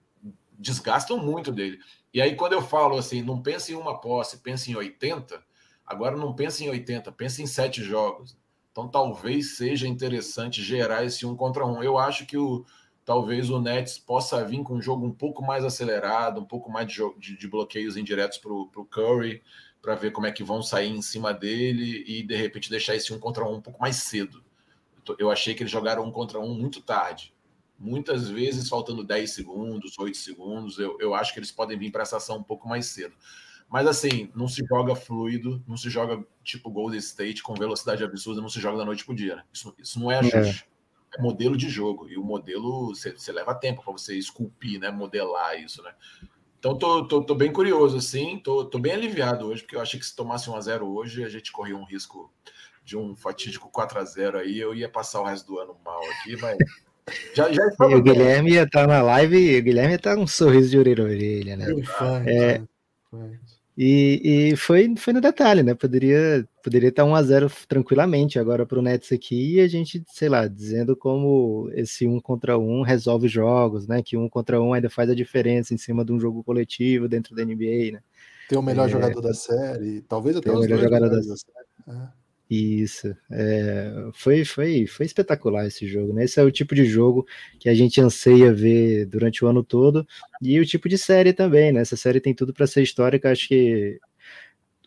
[SPEAKER 4] desgastam muito dele. E aí, quando eu falo assim, não pense em uma posse, pense em oitenta, agora não pense em oitenta, pense em sete jogos. Então, talvez seja interessante gerar esse um contra um. Eu acho que o, talvez o Nets possa vir com um jogo um pouco mais acelerado, um pouco mais de, de, de bloqueios indiretos para o Curry, para ver como é que vão sair em cima dele e, de repente, deixar esse um contra um um pouco mais cedo. Eu achei que eles jogaram um contra um muito tarde. Muitas vezes faltando dez segundos, oito segundos. Eu, eu acho que eles podem vir para essa ação um pouco mais cedo. Mas, assim, não se joga fluido, não se joga tipo Golden State com velocidade absurda, não se joga da noite pro dia. Né? Isso, isso não é ajuste. É. é modelo de jogo. E o modelo, você leva tempo para você esculpir, né? Modelar isso, né? Então, tô, tô, tô bem curioso, assim. Tô, tô bem aliviado hoje, porque eu achei que se tomasse um a zero hoje, a gente corria um risco de um fatídico quatro a zero aí. Eu ia passar o resto do ano mal aqui, mas... Já, já
[SPEAKER 2] e o Guilherme ia estar na live e o Guilherme ia estar com um sorriso de orelha a orelha, né?
[SPEAKER 3] Infante,
[SPEAKER 2] é,
[SPEAKER 3] infante.
[SPEAKER 2] E, e foi, foi no detalhe, né? Poderia, poderia estar um a zero tranquilamente agora para o Nets aqui e a gente, sei lá, dizendo como esse um contra um resolve jogos, né? Que um contra um ainda faz a diferença em cima de um jogo coletivo dentro da N B A, né?
[SPEAKER 3] Ter o melhor é, jogador da série, talvez até
[SPEAKER 2] os
[SPEAKER 3] o
[SPEAKER 2] melhor
[SPEAKER 3] dois
[SPEAKER 2] jogador da...
[SPEAKER 3] da série. É.
[SPEAKER 2] Isso, é, foi, foi, foi espetacular esse jogo, né? Esse é o tipo de jogo que a gente anseia ver durante o ano todo e o tipo de série também, né? Essa série tem tudo para ser histórica. Acho que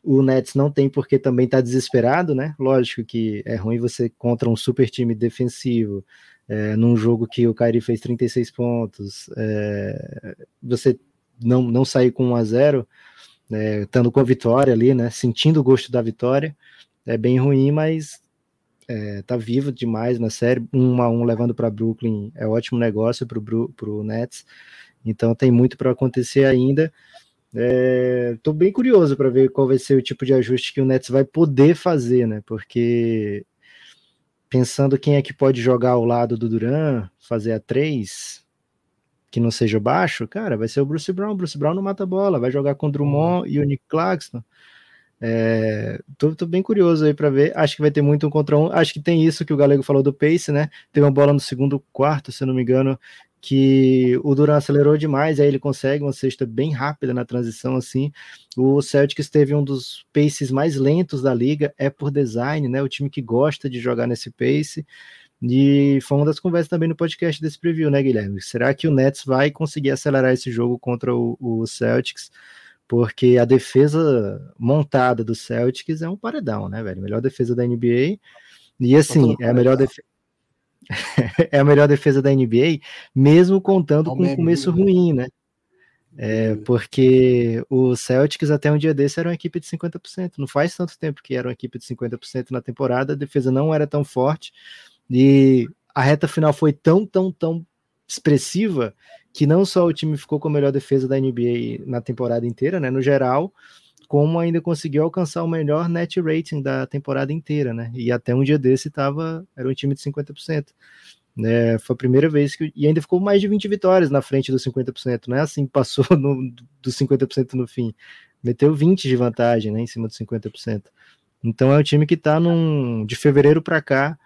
[SPEAKER 2] o Nets não tem porque também está desesperado, né? Lógico que é ruim você contra um super time defensivo, é, num jogo que o Kyrie fez trinta e seis pontos, é, você não, não sair com um a zero, é, estando com a vitória ali, né? Sentindo o gosto da vitória, é bem ruim, mas é, tá vivo demais na série. Um a um levando para Brooklyn é ótimo negócio para o Nets, então tem muito para acontecer ainda. Estou é, bem curioso para ver qual vai ser o tipo de ajuste que o Nets vai poder fazer, né? Porque pensando quem é que pode jogar ao lado do Durant, fazer a três, que não seja baixo, cara, vai ser o Bruce Brown. Bruce Brown não mata bola, vai jogar com o Drummond uhum. e o Nick Claxton. É, tô, tô bem curioso aí para ver. Acho que vai ter muito um contra um. Acho que tem isso que o Galego falou do pace, né? Teve uma bola no segundo quarto, se eu não me engano, que o Durant acelerou demais, aí ele consegue uma cesta bem rápida na transição, assim. O Celtics teve um dos paces mais lentos da liga, é por design, né? O time que gosta de jogar nesse pace. E foi uma das conversas também no podcast desse preview, né, Guilherme? Será que o Nets vai conseguir acelerar esse jogo contra o, o Celtics? Porque a defesa montada do Celtics é um paredão, né, velho? Melhor defesa da N B A. E assim, é a melhor defesa. é a melhor defesa da N B A, mesmo contando com um começo ruim, né? É, porque o Celtics até um dia desse era uma equipe de cinquenta por cento. Não faz tanto tempo que era uma equipe de cinquenta por cento na temporada, a defesa não era tão forte e a reta final foi tão, tão, tão expressiva que não só o time ficou com a melhor defesa da N B A na temporada inteira, né, no geral, como ainda conseguiu alcançar o melhor net rating da temporada inteira, né? E até um dia desse tava, era um time de cinquenta por cento. É, foi a primeira vez que. E ainda ficou mais de vinte vitórias na frente dos cinquenta por cento, né? Assim, passou no, dos cinquenta por cento no fim. Meteu vinte de vantagem, né? Em cima dos cinquenta por cento. Então é um time que tá num, de fevereiro para cá,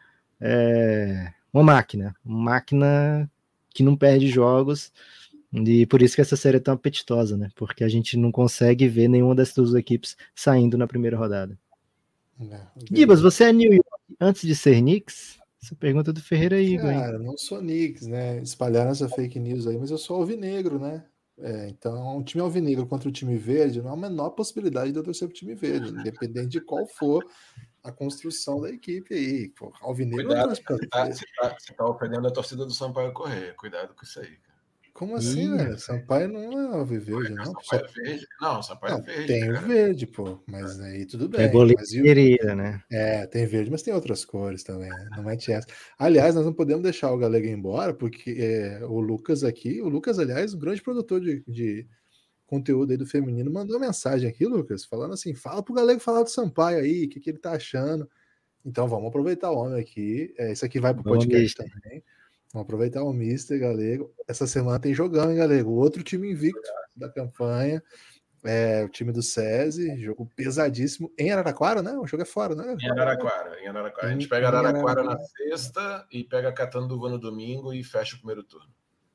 [SPEAKER 2] é, uma máquina. Uma máquina que não perde jogos. E por isso que essa série é tão apetitosa, né? Porque a gente não consegue ver nenhuma dessas duas equipes saindo na primeira rodada. É, Gibas, você é New York antes de ser Knicks? Essa pergunta do Ferreira aí, Igor.
[SPEAKER 3] Cara, não sou Knicks, né? Espalharam essa fake news aí, mas eu sou alvinegro, né? É, então, um time alvinegro contra o time verde não há a menor possibilidade de eu torcer pro time verde, independente de qual for a construção da equipe aí. Pô, alvinegro
[SPEAKER 4] Cuidado,
[SPEAKER 3] não
[SPEAKER 4] você tá, você, tá, você tá ofendendo a torcida do Sampaio Correia. Cuidado com isso aí, cara.
[SPEAKER 3] Como assim, Ih, velho? Sampaio não é alviverde, não?
[SPEAKER 4] Sampaio Só... é verde. Não, Sampaio
[SPEAKER 3] não,
[SPEAKER 4] é verde.
[SPEAKER 3] Tem
[SPEAKER 4] cara.
[SPEAKER 3] o verde, pô. Mas aí tudo bem.
[SPEAKER 2] É boleteria, né?
[SPEAKER 3] É, tem verde, mas tem outras cores também, né? Não mete essa. Aliás, nós não podemos deixar o Galego embora, porque é, o Lucas aqui, o Lucas, aliás, um grande produtor de, de conteúdo aí do feminino, mandou uma mensagem aqui, Lucas, falando assim, fala pro Galego falar do Sampaio aí, o que, que ele tá achando. Então vamos aproveitar o homem aqui. É, isso aqui vai pro
[SPEAKER 2] Vamos
[SPEAKER 3] podcast
[SPEAKER 2] mister.
[SPEAKER 3] também. Vamos aproveitar o mister Galego. Essa semana tem jogão, hein, Galego? Outro time invicto da campanha. É, o time do SESI, jogo pesadíssimo em Araraquara, né? O jogo é fora, né?
[SPEAKER 4] Em Araraquara, em Araraquara. A gente pega Araraquara, Araraquara na sexta e pega Catanduva no domingo e fecha o primeiro turno.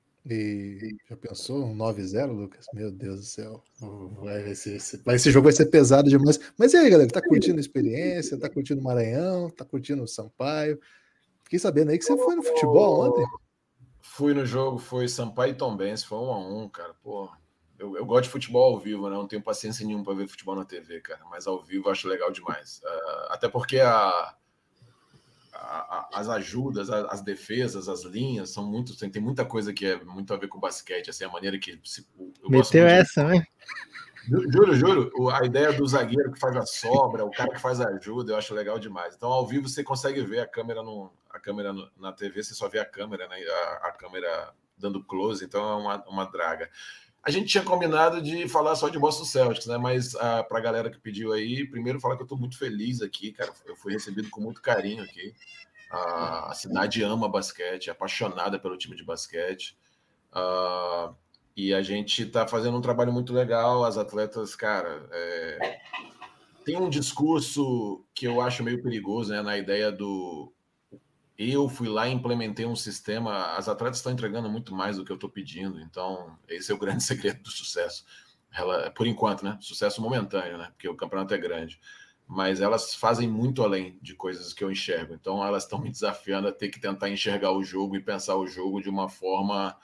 [SPEAKER 3] E já pensou? Um nove a zero, Lucas? Meu Deus do céu. Vai ser, esse jogo vai ser pesado demais. Mas e aí, galera? Tá curtindo a experiência? Tá curtindo o Maranhão? Tá curtindo o Sampaio? Fiquei sabendo aí que você foi no futebol ontem.
[SPEAKER 4] Fui no jogo, foi Sampaio e Tombense, foi um a um, cara. Pô, eu, eu gosto de futebol ao vivo, né? Não tenho paciência nenhuma para ver futebol na T V, cara. Mas ao vivo eu acho legal demais. Uh, até porque a, a, a, as ajudas, a, as defesas, as linhas são muito. Tem, tem muita coisa que é muito a ver com basquete, assim, a maneira que. Se, eu
[SPEAKER 2] Meteu essa,
[SPEAKER 4] de...
[SPEAKER 2] né?
[SPEAKER 4] Juro, juro, a ideia do zagueiro que faz a sobra, o cara que faz a ajuda, eu acho legal demais. Então, ao vivo, você consegue ver a câmera, no, a câmera no, na T V, você só vê a câmera, né? A, a câmera dando close, então é uma, uma draga. A gente tinha combinado de falar só de Boston Celtics, né? Mas uh, para a galera que pediu aí, primeiro falar que eu estou muito feliz aqui, cara. Eu fui recebido com muito carinho aqui. Uh, a cidade ama basquete, é apaixonada pelo time de basquete. Uh, E a gente está fazendo um trabalho muito legal. As atletas, cara, é... tem um discurso que eu acho meio perigoso, né? Na ideia do eu fui lá e implementei um sistema. As atletas estão entregando muito mais do que eu estou pedindo. Então, esse é o grande segredo do sucesso. Ela, por enquanto, né? Sucesso momentâneo, né? Porque o campeonato é grande. Mas elas fazem muito além de coisas que eu enxergo. Então, elas estão me desafiando a ter que tentar enxergar o jogo e pensar o jogo de uma forma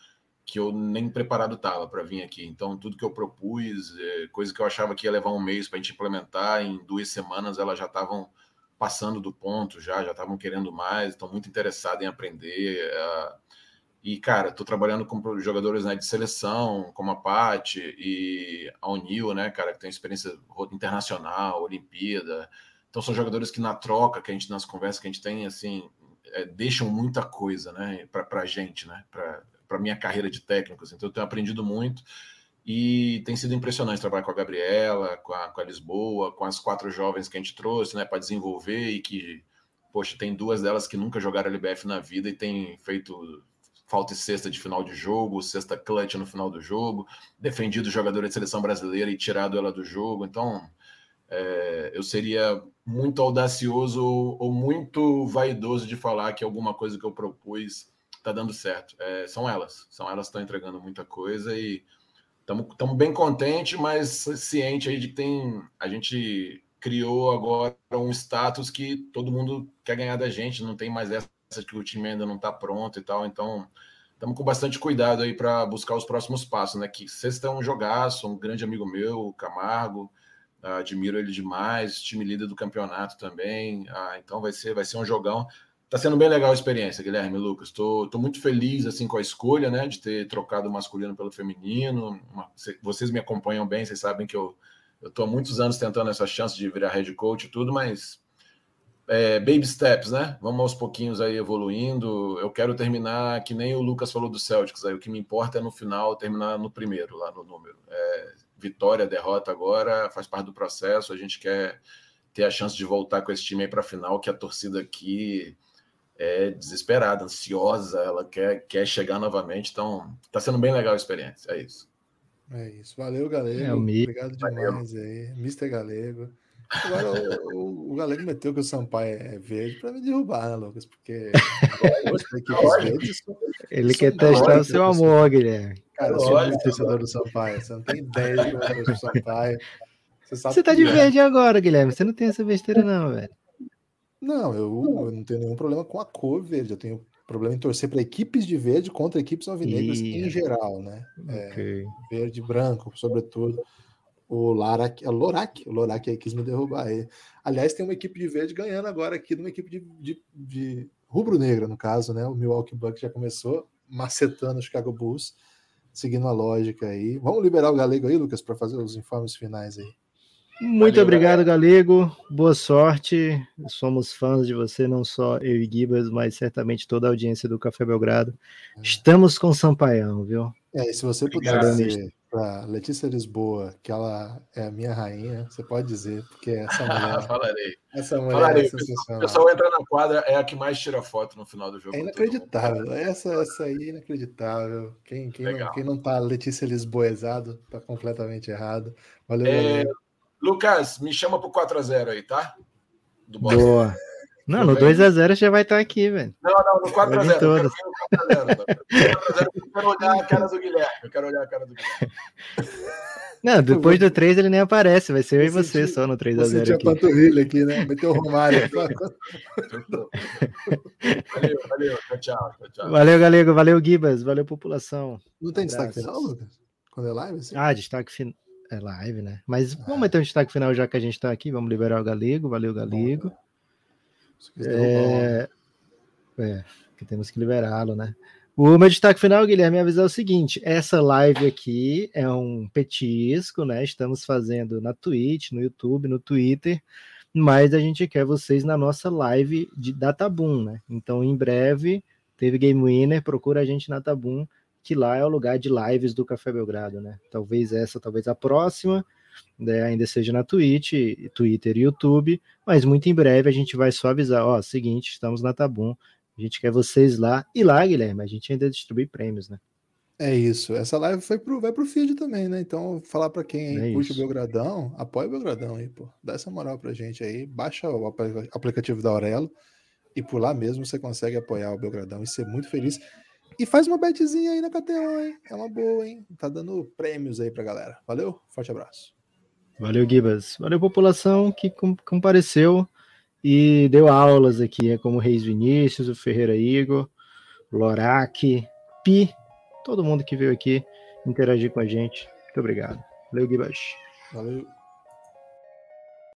[SPEAKER 4] que eu nem preparado estava para vir aqui. Então, tudo que eu propus, é, coisa que eu achava que ia levar um mês para a gente implementar, em duas semanas elas já estavam passando do ponto, já já estavam querendo mais, estão muito interessados em aprender. É, e, cara, estou trabalhando com jogadores, né, de seleção, como a Paty e a O'Neal, né, cara, que tem experiência internacional, Olimpíada. Então, são jogadores que na troca, que a gente, nas conversas que a gente tem, assim, é, deixam muita coisa, né, para a gente, né, para para minha carreira de técnico. Então, eu tenho aprendido muito e tem sido impressionante trabalhar com a Gabriela, com a, com a Lisboa, com as quatro jovens que a gente trouxe, né, para desenvolver e que, poxa, tem duas delas que nunca jogaram L B F na vida e têm feito falta e cesta de final de jogo, cesta clutch no final do jogo, defendido jogadora de seleção brasileira e tirado ela do jogo. Então, é, eu seria muito audacioso ou muito vaidoso de falar que alguma coisa que eu propus tá dando certo. É, são elas, são elas que estão entregando muita coisa e estamos bem contentes, mas ciente aí de que tem, a gente criou agora um status que todo mundo quer ganhar da gente, não tem mais essa que o time ainda não está pronto e tal, então estamos com bastante cuidado aí para buscar os próximos passos, né? Que Sexta é um jogaço, um grande amigo meu, o Camargo, admiro ele demais, time líder do campeonato também, ah, então vai ser, vai ser um jogão. Tá sendo bem legal a experiência, Guilherme, Lucas. Tô, tô muito feliz assim com a escolha, né, de ter trocado o masculino pelo feminino. Uma, vocês me acompanham bem, vocês sabem que eu eu tô há muitos anos tentando essa chance de virar head coach e tudo, mas é, baby steps, né? Vamos aos pouquinhos aí evoluindo. Eu quero terminar que nem o Lucas falou do Celtics. Aí o que me importa é no final terminar no primeiro, lá no número. É, vitória, derrota agora faz parte do processo. A gente quer ter a chance de voltar com esse time aí para a final, que a torcida aqui é desesperada, ansiosa, ela quer, quer chegar novamente, então tá sendo bem legal a experiência, é isso.
[SPEAKER 3] É isso, valeu, Galego, é, obrigado demais valeu. Aí, mister Galego. Agora o, o, o Galego meteu que o Sampaio é verde para me derrubar, né, Lucas? Porque
[SPEAKER 2] verdes, ele quer testar o seu amor, Guilherme.
[SPEAKER 3] Cara, eu sou muito torcedor do Sampaio, você não tem ideia de como eu sou do Sampaio.
[SPEAKER 2] Você, sabe você tá de verde é. agora, Guilherme, você não tem essa besteira não, velho.
[SPEAKER 3] Não, eu, eu não tenho nenhum problema com a cor verde. Eu tenho problema em torcer para equipes de verde contra equipes alvinegras em geral, né? Okay. É, verde e branco, sobretudo. O Larac, o Lorac, o Lorac aí quis me derrubar aí. Aliás, tem uma equipe de verde ganhando agora aqui, numa equipe de, de, de rubro-negra, no caso, né? O Milwaukee Bucks já começou macetando o Chicago Bulls, seguindo a lógica aí. Vamos liberar o Galego aí, Lucas, para fazer os informes finais aí.
[SPEAKER 2] Muito Valeu, obrigado, galera. Galego. Boa sorte. Somos fãs de você, não só eu e Gibas, mas certamente toda a audiência do Café Belgrado. É. Estamos com o Sampaião, viu?
[SPEAKER 3] É, e se você puder dizer para Letícia Lisboa que ela é a minha rainha, você pode dizer, porque essa mulher.
[SPEAKER 4] Falarei.
[SPEAKER 3] Essa mulher
[SPEAKER 4] Falarei.
[SPEAKER 3] é sensacional.
[SPEAKER 4] O pessoal entra na quadra, é a que mais tira foto no final do jogo.
[SPEAKER 3] É inacreditável. Essa, essa aí é inacreditável. Quem, quem, não, quem não tá Letícia Lisboezado, tá completamente errado. Valeu,
[SPEAKER 4] é...
[SPEAKER 3] galera.
[SPEAKER 4] Lucas, me chama pro quatro a zero aí, tá?
[SPEAKER 2] Do Boa. Não, no dois a zero já vai estar aqui, velho.
[SPEAKER 4] Não, não, no quatro a zero. Eu quero ver no quatro a zero. quatro a zero, eu quero olhar a cara do Guilherme. Eu quero olhar a cara do Guilherme.
[SPEAKER 2] Não, depois do três ele nem aparece. Vai ser eu e você só no três a zero.
[SPEAKER 3] Você tinha panturrilha aqui, né? Meteu o Romário.
[SPEAKER 4] Valeu, valeu. Tchau, tchau, tchau.
[SPEAKER 2] Valeu, Galego. Valeu, Gibas. Valeu, população.
[SPEAKER 3] Não tem destaque final, Lucas? Quando é live? Assim?
[SPEAKER 2] Ah, destaque final. É live, né? Mas vamos meter um destaque final já que a gente tá aqui. Vamos liberar o Galego. Valeu, Galego. Bom, é... é, que temos que liberá-lo, né? O meu destaque final, Guilherme, é avisar o seguinte: essa live aqui é um petisco, né? Estamos fazendo na Twitch, no YouTube, no Twitter, mas a gente quer vocês na nossa live de, da Tabum, né? Então, em breve, teve Game Winner, procura a gente na Tabum, que lá é o lugar de lives do Café Belgrado, né? Talvez essa, talvez a próxima, né, ainda seja na Twitch, Twitter e YouTube, mas muito em breve a gente vai só avisar, ó, seguinte, estamos na Tabum, a gente quer vocês lá, e lá, Guilherme, a gente ainda distribui prêmios, né?
[SPEAKER 3] É isso, essa live foi pro, vai pro feed também, né? Então, falar pra quem é curte o Belgradão, apoia o Belgradão aí, pô, dá essa moral pra gente aí, baixa o aplicativo da Aurelo, e por lá mesmo você consegue apoiar o Belgradão e ser muito feliz. E faz uma betzinha aí na K T O, hein? É uma boa, hein? Tá dando prêmios aí pra galera. Valeu, forte abraço.
[SPEAKER 2] Valeu, Gibas. Valeu, população que compareceu e deu aulas aqui, como Reis Vinícius, o Ferreira Igor, Lorac, Pi, todo mundo que veio aqui interagir com a gente. Muito obrigado. Valeu, Guibas.
[SPEAKER 3] Valeu.